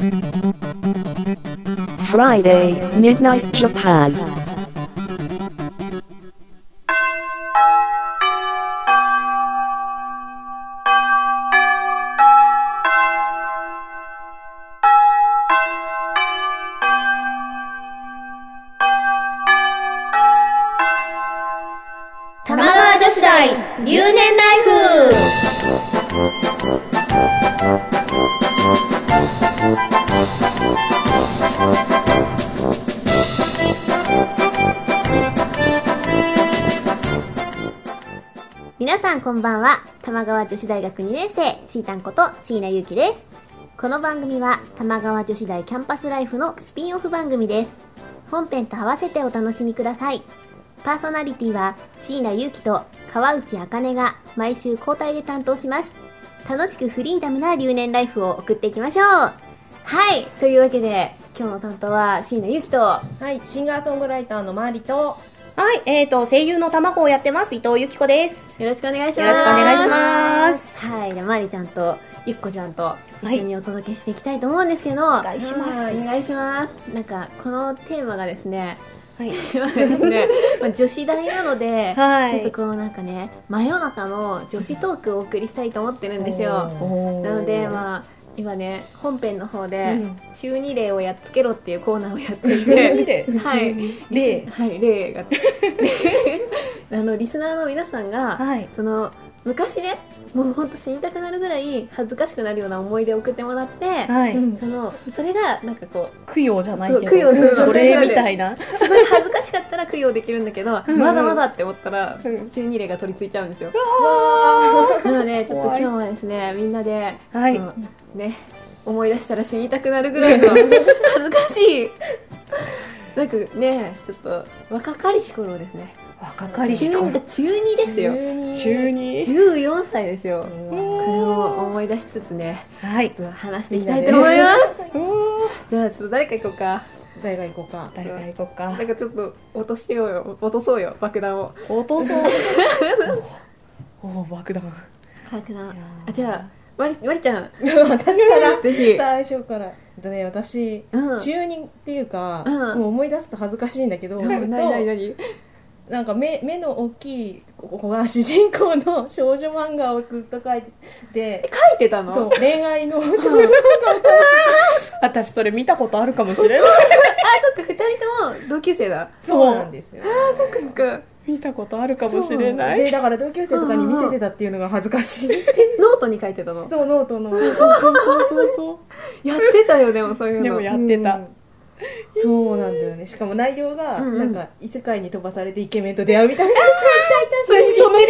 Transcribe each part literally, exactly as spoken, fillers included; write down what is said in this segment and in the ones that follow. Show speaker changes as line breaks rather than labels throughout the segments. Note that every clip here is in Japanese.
Friday, Midnight Japan.
玉川女子大留年ライフ。皆さんこんばんは。玉川女子大学にねん生しーたんこと椎名優樹です。この番組は玉川女子大キャンパスライフのスピンオフ番組です。本編と合わせてお楽しみください。パーソナリティは椎名優樹と川内茜が毎週交代で担当します。楽しくフリーダムな留年ライフを送っていきましょう。はい、というわけで今日の担当は椎名優樹と、
はい、シンガーソングライターのまりと、
はい、えーと、声優の卵をやってます伊藤由紀子です。
よろしくお願いします。
よろしくお願いします。
はい、じゃあまりちゃんとゆっこちゃんと一緒にお届けしていきたいと思うんですけど、
はい、お願いします。
お願いします。なんかこのテーマがですね、
はい、
ですね、まあ、女子大なので、
はい、
ちょっとこうなんかね、真夜中の女子トークをお送りしたいと思ってるんですよ。なのでまあ今ね、本編の方で、うん、中二例をやっつけろっていうコーナーをやっていて、
中二例
はい、
例
はい例があのリスナーの皆さんが、はい、その昔ね、もうほんと死にたくなるぐらい恥ずかしくなるような思い出を送ってもらって、はい、そのそれがなんかこう
供養じゃないけど
供養する
除霊みたいな、
すごい恥ずかしかったら供養できるんだけど、まだまだって思ったら、うん、中二例が取り付いちゃうんですよ。なのでちょっと今日はですね、みんなで、はい、ね、思い出したら死にたくなるぐらいの恥ずかしいなんかね、ちょっと若かりし頃ですね。
若かりし頃、
中にですよ。
中に
じゅうよんさいですよ。これを思い出しつつね、はい、ちょっと話していきたいと思います。じゃあちょっと誰か行こうか。
誰が行こうか。
誰が行こうか。
なんかちょっと落としてようよ、落とそうよ、爆弾を。
落とそう。おお、爆弾。
爆弾。あ、じゃあまり、まりちゃん、
私から
ぜひ
最初から。とね、私、うん、中にっていうか、うん、もう思い出すと恥ずかしいんだけど、
何何何
なんか 目, 目の大きい子が主人公の少女漫画をずっと書いてて、
書いてたの？
そう、恋愛の少女漫画を書いてて
私それ見たことあるかもしれない。あ、
そっか、二人とも同級生だ。
そうなんですよ。
あ、そっかそっか。
見たことあるかもしれない。
で、だから同級生とかに見せてたっていうのが恥ずかしい。ノ
ートに書いてたの？
そう、ノートの。
そうそうそうそうそう。
やってたよ、でもそういうの。
でもやってた。うん、
そうなんだよね。しかも内容が、うんうん、なんか異世界に飛ばされてイケメンと出会うみたいな。
それ知ってる、なんか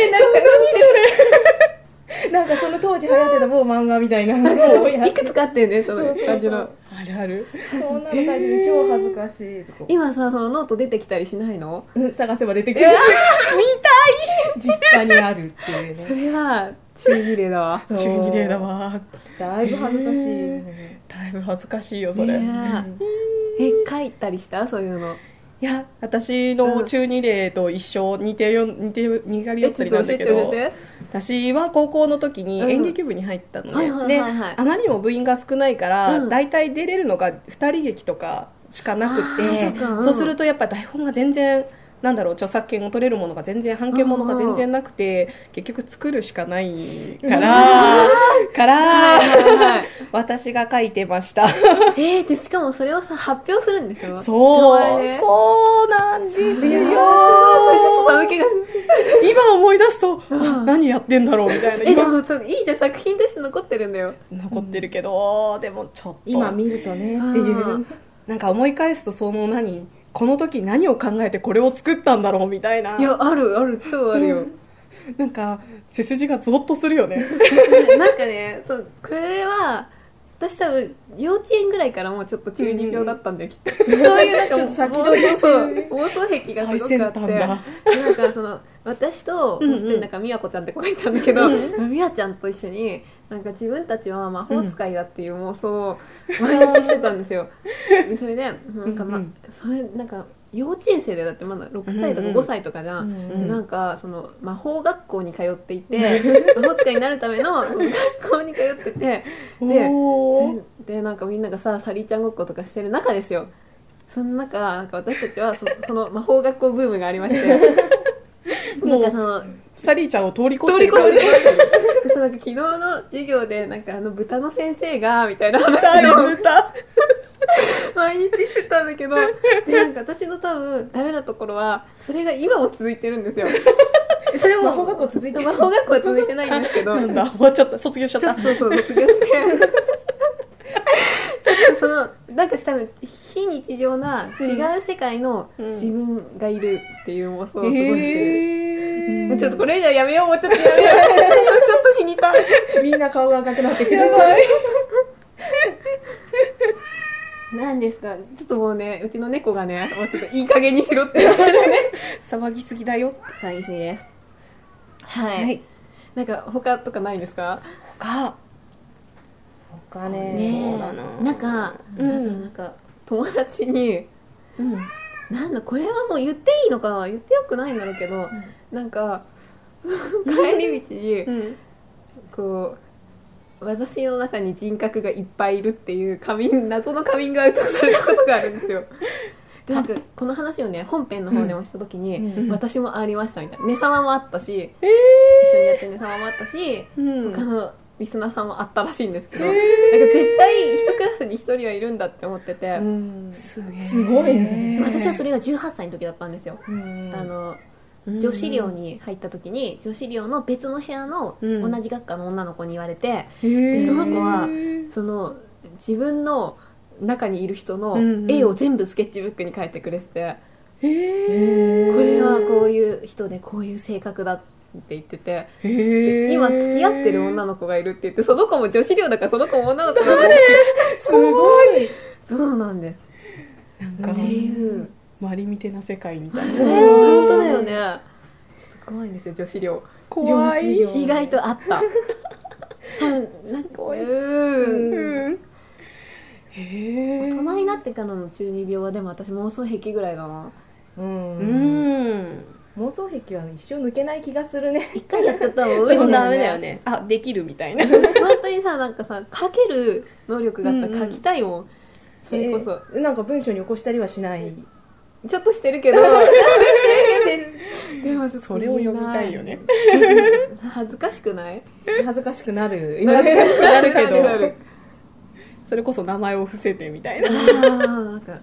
それ。なんかその当時流行ってた某漫画みたいな
のをいくつかあってんね、その感じの。
あるある。
そんなの書いてて超恥ずかしい。
今さ、そのノート出てきたりしないの？
うん、探せば出てくる。
見
たい。実家にあるっていうね。
それは中二例だわ。
中二例だわ。
だいぶ恥ずかしい。
だいぶ恥ずかしいよそれ。
え、書いたりしたそういうの？
いや、私の中二例と一緒、似てる似てる似がり寄ったりなんだけど、私は高校の時に演劇部に入ったのね。で、あまりにも部員が少ないから、うん、大体出れるのが二人劇とかしかなくて、そう、うん、そうするとやっぱ台本が全然なんだろう、著作権を取れるものが全然、版権ものが全然なくて、結局作るしかないからから、はいはいはい、私が書いてました。
えー、でしかもそれをさ発表するんでしょ？
そうそうなんですよ。いやー、それちょっ
と寒気が
今思い出すと、うん、何やってんだろうみたいな。
え、でもいいじゃん、作品として残ってるんだよ。
残ってるけど、うん、でもちょっと
今見るとねっていう
なんか思い返すと、その何この時何を考えてこれを作ったんだろうみたいな。
いや、あるある、超あるよ。
なんか背筋がゾッとするよね。
なんかね、そう、これは私多分幼稚園ぐらいからもうちょっと中二病だったんだよ、きっと。そういうなんかもう先取り妄想癖がすごくあって、なんかその私ともう一人なんかみやこちゃんって子がいたんだけど、みやちゃんと一緒になんか自分たちは魔法使いだっていう妄想を毎日してたんですよ。でそれでなんかまあそれなんか幼稚園生でだってまだろくさいとかごさいとかじゃん、うんうん、でなんかその魔法学校に通っていて魔法使いになるための学校に通っててででなんかみんながさサリーちゃんごっことかしてる中ですよ。その中なんか私たちは そ, その魔法学校ブームがありましてなんかその
サリーちゃんを通り越してる
通り越してるそうなんか昨日の授業でなんかあの豚の先生がみたいな話を
豚
毎日してたんだけど、でなんか私の多分ダメなところはそれが今も続いてるんですよ。それも
魔法学校続いて
魔法学校は続いてないんですけど
なんだ終わっちゃった卒業しちゃった
そうそう卒業してちょっとそのなんか多分非日常な違う世界の自分がいるっていう妄想を過ごしてる、うんうん、ちょっとこれ以上やめようもうちょっとやめようちょっと死にたい
みんな顔が赤くなってくる。
やばい
何ですか、ちょっともうねうちの猫がねもうちょっといい加減にしろって言ったらね
騒ぎすぎだよ。
騒ぎすぎです。はい、
はい、
なんか他とかないですか？
他
他ね
ね
そうだな。
なんか、うん、なんか友達に、うん、なんだこれはもう言っていいのかな、言ってよくないんだろうけど、うん、なんか帰り道に、うん、こう私の中に人格がいっぱいいるっていうカミン謎のカミングアウトされたことがあるんですよ。でなんかこの話をね本編の方でもした時に、うん、私もありましたみたいな、寝様もあったし、えー、一緒にやってる寝様もあったし、うん、他のリスナーさんもあったらしいんですけど、えー、なんか絶対一クラスに一人はいるんだって思ってて、うん、
すげえすごいね。
私はそれがじゅうはっさいの時だったんですよ。うん、あの女子寮に入った時に女子寮の別の部屋の同じ学科の女の子に言われて、うん、でその子はその自分の中にいる人の絵を全部スケッチブックに描いてくれてて、うん、これはこういう人でこういう性格だって言ってて、今付き合ってる女の子がいるって言って、その子も女子寮だからその子も女の子なんですごいそうなんです。
なんかっていうマリみてな世界みたいな。
本当だよね。ちょっと怖いんですよ女子寮。
怖い。
意外とあった。なんかこういうへ大人になってからの中二病はでも私妄想癖ぐらいだな。うん
うん妄想癖は一生抜けない気がするね。
一回やっちゃったらもう無理だよね。
ダメだよね。あできるみたいな。
本当にさなんかさ書ける能力があったら書きたいもん。うんうん、それこそ、
えー、なんか文章に起こしたりはしない。
ちょっとしてるけどして
る。でもそれを読みたいよね。
恥ずかしくない？
恥ずかしくなる。
恥ずかしくなるけど。それこそ名前を伏せてみたいな。あなんか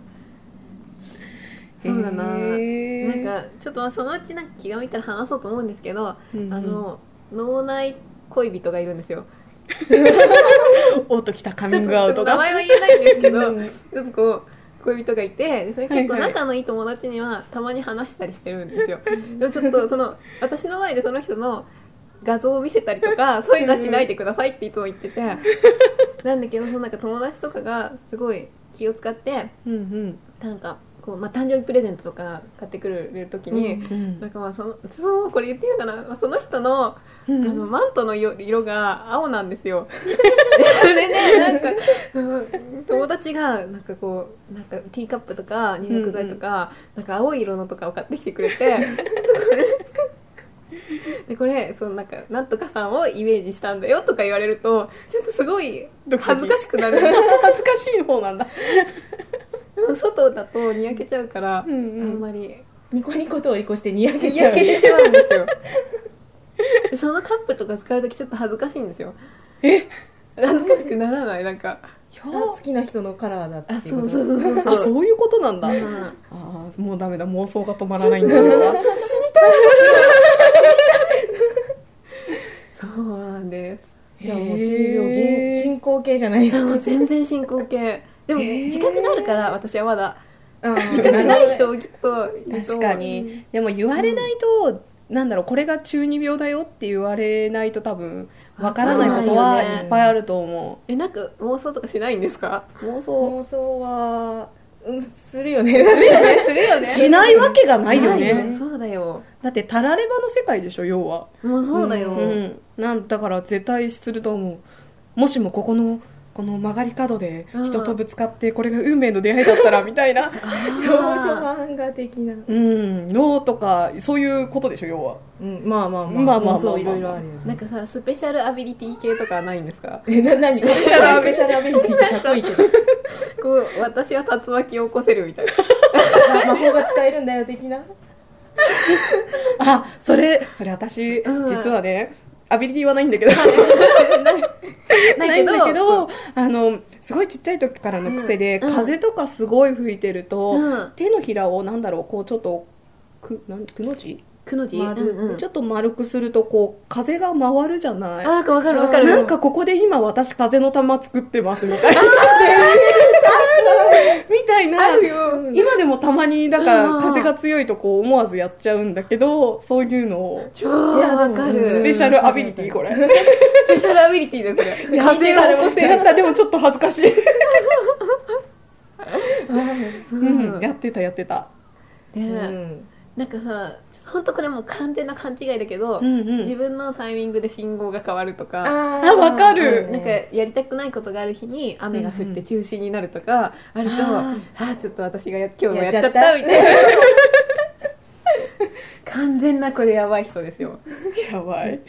そうだな、えー、なんかちょっとそのうちなんか気が向いたら話そうと思うんですけど、うんうん、あの脳内恋人がいるんですよ。
おっときたカミングアウトが
名前は言えないんですけどちょっとこう恋人がいて、それ結構仲のいい友達にはたまに話したりしてるんですよ。でもちょっとその私の前でその人の画像を見せたりとかそういうのはしないでくださいっていつも言っててなんだけどそのなんか友達とかがすごい気を使って、うんうん、なんかこう、まあ、誕生日プレゼントとか買ってくれる時に、うんうん、なんかまあそのちょっとこれ言っていいのかな、まあ、その人の、うん、あのマントの色が青なんですよ。それでなんか友達がなんかこうなんかティーカップとか入浴剤とか、うんうん、なんか青い色のとかを買ってきてくれてでこれそのなんかなんとかさんをイメージしたんだよとか言われるとちょっとすごい恥ずかしくなる。
恥ずかしい方なんだ。
外だとにやけちゃうから、うんうん、あんまり
ニコニコ通り越してにやけちゃう、
にやけてしまうんですよ。そのカップとか使うときちょっと恥ずかしいんですよ。
え
恥ずかしくならない？なんか
好きな人のカラーだっていうこと。
あ、そうそうそうそう。あ、そういうことなんだ。うん、ああ、もうダメだ、妄想が止まらないんだ。死にたい。
そうなんです。
じゃあもう中二病進行形じゃないですか。
もう全然進行形。でも自覚があるから私はまだ。自覚ない人をきっと。
確かに。でも言われないと、うん、なんだろう、これが中二病だよって言われないと多分わからないことはいっぱいあると思う。
え、なんか妄想とかしないんですか？
妄想妄想は、うん、するよ
ね。するよね。するよね。
しないわけがないよね。
そうだよ。
だってタラレバの世界でしょ、要は。
もうそうだよ。
うんうん、なんだから絶対すると思う。もしもここのここの曲がり角で人とぶつかってこれが運命の出会いだったらみたいな
少女漫画的な
うんのとかそういうことでしょ要は、
うん、まあまあまあ
まあまあまあ
そういろいろあるよね。
なんかさスペシャルアビリティ系とかはないんですか？
えな何スペシャルアビリティってかっこいいけど
こう私は竜巻を起こせるみたいな
魔法が使えるんだよ的な
あそれそれ私、うん、実はねアビリティはないんだけどないんだけどあのすごいちっちゃい時からの癖で、うん、風とかすごい吹いてると、うん、手のひらをなんだろうこうちょっとくなんくの字
くの字、
丸
うんうん、
ちょっと丸くするとこう風が回るじゃない。
あなんかわかるわかる。
なんかここで今私風の玉作ってますみたいなみたいな今でもたまにだから風が強いとこう思わずやっちゃうんだけどそういうのを
超わかる。
スペシャルアビリティこれ
スペシャルアビリティですね。風が起こせる。
やったでもちょっと恥ずかしい、うん、やってたやってた
で、うん、なんかさ本当これもう完全な勘違いだけど、うんうん、自分のタイミングで信号が変わるとか
あわかる、
なんかやりたくないことがある日に雨が降って中止になるとかあると、うんうん、あちょっと私がや今日もやっちゃったみたいな完全なこれやばい人ですよ
やばい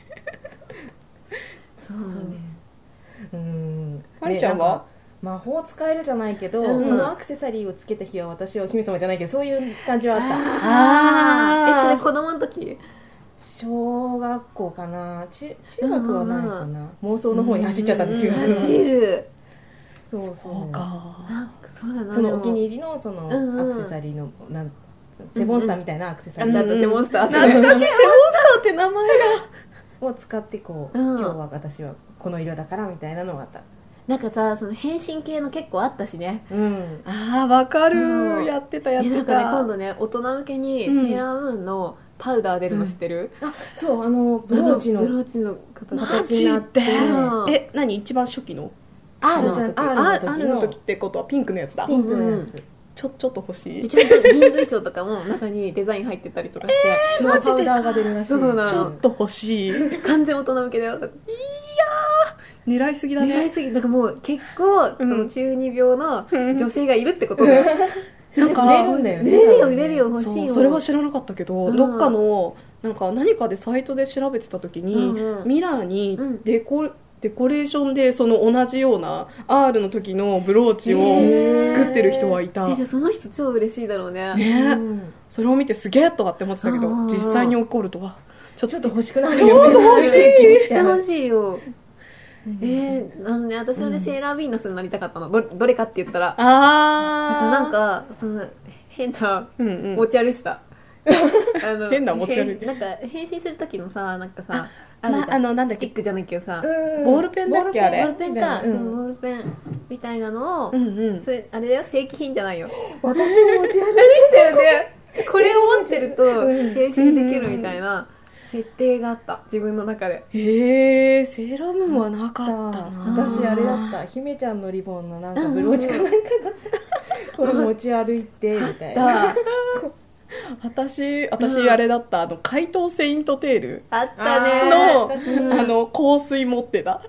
そうね
うん
まりちゃんは
魔法使えるじゃないけど、
うん、
このアクセサリーをつけた日は私は姫様じゃないけどそういう感じはあった。
ああえそれ子供の時
小学校かな 中, 中学はないかな、うん、妄想の方に走っちゃったんで、うん、中学
走る
そうそう
そうか
そうだな
そのお気に入りのそのアクセサリーのなんセボンスターみたいなアクセサリーだった、
うんうん、セボンスター
懐かしいセボンスターって名前が
を使ってこう、うん、今日は私はこの色だからみたいなのがあった。
なんかさその変身系の結構あったしね、
うん、
ああわかるやってたやってた。
なんかね今度ね大人向けにセーラームーンのパウダー出るの知ってる、
うん、あそうあのブローチの
ブローチの
形になって、うん、え何一番初期の
R の時
R の時ってことはピンクのやつだ。
ピンクのやつ、うん
ちょ, ちょっと欲しい。
ちゃんと銀随賞とかも中にデザイン入ってたりとかして、
えー、マジで
パウダーが出るらしい。
そうな
ちょっと欲しい。
完全大人向けだよ。いや
ー狙いすぎだね。
狙いすぎなんかもう結構、うん、その中二病の女性がいるってことだよ。
なんか売れるんだよね。
売れるよ売れるよ欲しいよ。
そ, それは知らなかったけど、うん、どっかのなんか何かでサイトで調べてた時に、うんうん、ミラーにデコ、うんデコレーションでその同じような R の時のブローチを作ってる人はいた。
えー、じゃあその人超嬉しいだろうね。
ね、うん、それを見てすげえとかって思ってたけど実際に起こるとは
ちょっと欲しくなる。
ちょっと欲しい。
めっちゃ欲しいよ。うん、えー、あのね私はね、うん、セーラーヴィーナスになりたかったの。 ど, どれかって言ったら
あ
なんかその変な持ち歩いてた、
うんうん、あの変な持ち歩いて
なんか変身する時のさなんかさ
あまあのなんだっけ
スティックじゃないけどさ
ボールペンだっけあれ
ボールペンか、うん、ボールペンみたいなのを、うんうん、それあれだよ正規品じゃないよ。
私も持ち歩いて
たよね。これを持ってると変身できるみたいな設定があった自分の中で。
へえセーラームーンはなかったな。
私あれだった姫ちゃんのリボンのなんかブローチかなんかだったこれ持ち歩いてみたいな。
私, 私あれだった、うん、あの怪盗セイントテール
あったね
の、うん、あの香水持ってた。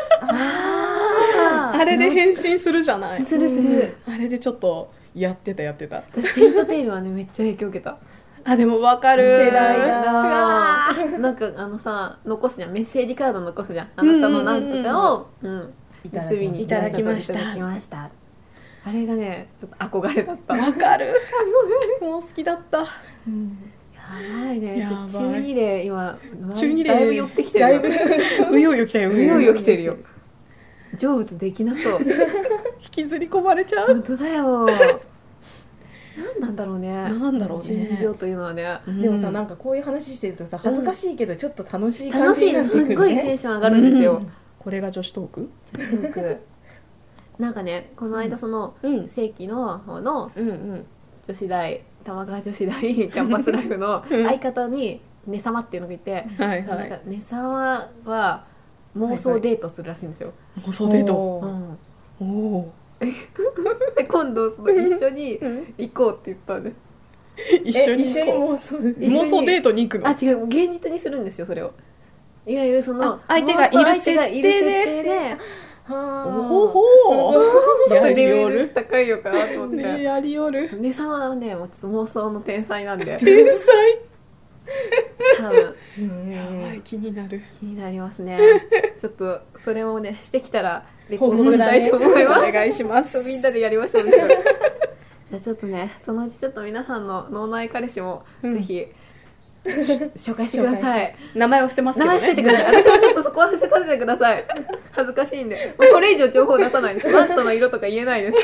あ, あれで変身するじゃない。
するする、
うん、あれでちょっとやってたやってた。
セイントテールはねめっちゃ影響受けた。
あでも分かる
世代だ。なんかあのさ残すじゃんメッセージカード残すじゃんあなたのなんとかを、うんうんうん、結びに
いただきました
いただきましたあれがねちょっと憧れだった。
わかるもう好きだった、
うん、やばいね。やばい中二例今
中二例
だいぶ寄ってきてるよ。
うようよ来たよ
うようよ来てるよ。成仏できなそう
引きずり込まれちゃう。
本当だよ。何なんだろうね。
なんだろうね
中二病というのはね、
うん、でもさなんかこういう話してるとさ恥ずかしいけどちょっと楽しい感じになってくるね。
楽しいすっごいテンション上がるんですよ、うん、
これが女子トーク
女子トークなんかねこの間その、うん、正規の方の女子大玉川女子大キャンパスライフの相方にねさまっていうのがいて、
はいはい、
なんかねさまは妄想デートするらしいんですよ、
はいはい、妄想デート。お
ー、うん、おー今度その一緒に行こうって言ったんです。
一緒に一緒に妄想妄想デートに行くの。
あ違う現実にするんですよそれを。いわゆるその
相手がいる設定でおほほ
ちょっとレベル高いのかなと思って。
ね、やりよる。
姉様はね、もうちょっと妄想の天才なんで。
天才
多分。
やばい、気になる。
気になりますね。ちょっと、それをね、してきたら、レポートしたいと思います。
お願いします。
みんなでやりましょう。じゃあちょっとね、そのうちちょっと皆さんの脳内彼氏も、ぜひ、紹介してください。
名前を伏せますけどね。
名前伏せてください。私もちょっとそこは伏せさせてください。恥ずかしいんで。もうこれ以上情報出さないです。マントの色とか言えないです。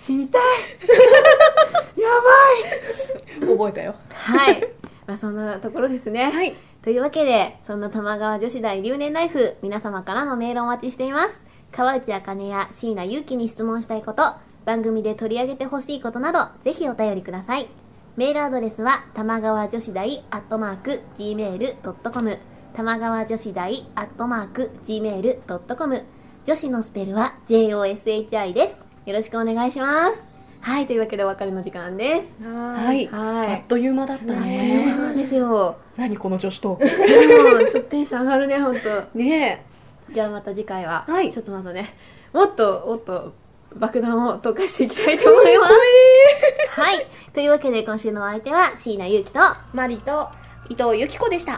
死にたい。やばい。
覚えたよ。
はい。まあそんなところですね。
はい。
というわけで、そんな玉川女子大留年ライフ、皆様からのメールをお待ちしています。川内茜や椎名祐希に質問したいこと、番組で取り上げてほしいことなど、ぜひお便りください。メールアドレスは、玉川女子大アットマーク ジーメールドットコム、玉川女子大アットマーク ジーメールドットコム、女子のスペルは ジェイオーエスエイチアイ です。よろしくお願いします。はい、というわけでお別れの時間です。
はい。はい。あっという間だったね。
あっという間なんですよ。
何この女子トーク。
でも、ちょっとテンション上がるね、ほんと。
ね
え。じゃあまた次回は、
はい、
ちょっとまたね、もっと、もっと、爆弾を投下していきたいと思います。はい。というわけで今週のお相手は椎名祐希と
マリと
伊藤由紀子でした。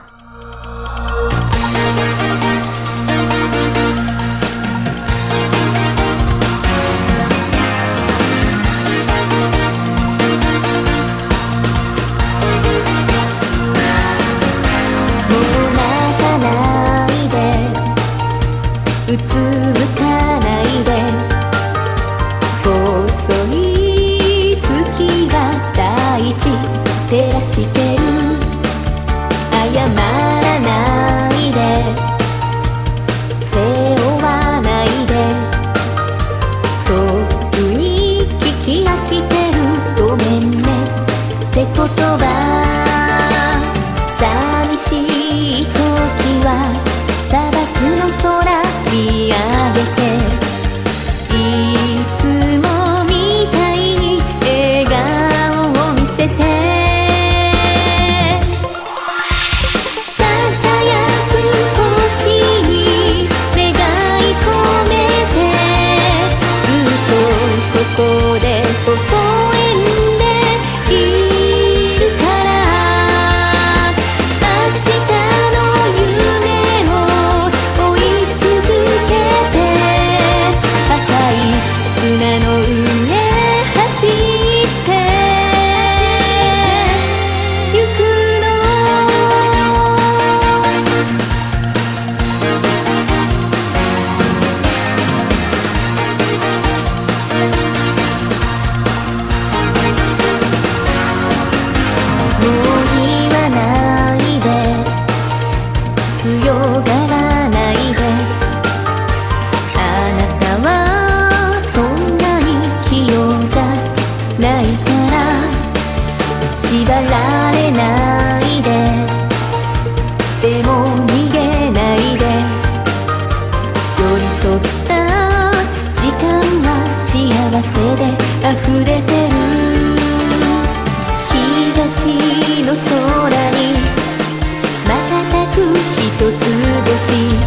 もう泣かないで、うつむかないで、細い月が大地照らしてる。謝らないで、背負わないで、特に聞き飽きてるごめんねって言葉。寂しい時は砂漠の空見上げて、いつもみたいに笑顔を見せて、輝く星に願い込めて、ずっとここで微笑んでいるから。明日の夢を追い続けて、赤い砂の上走ってゆくの。もう言わないで、強がらないで、あなたはそんなに器用じゃないから。縛られないで、でも逃げないで、寄り添った時間は幸せで溢れてる。東の空に瞬く一つ星、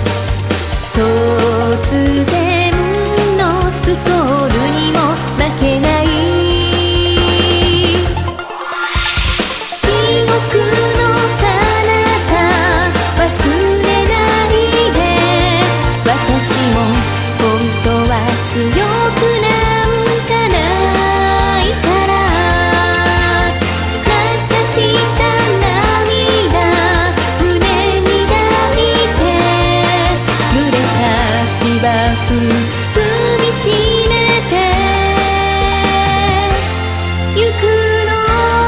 突然のストールにも負けない。記憶の彼方忘れないで、私も本当は強くなんかないから。流した涙胸に抱いて、濡れた芝生踏みしめてゆくの。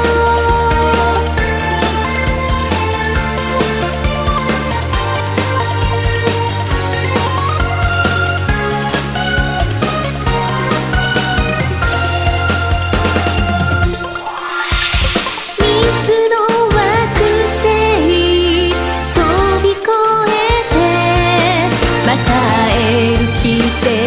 三つの惑星飛び越えて、また会える奇跡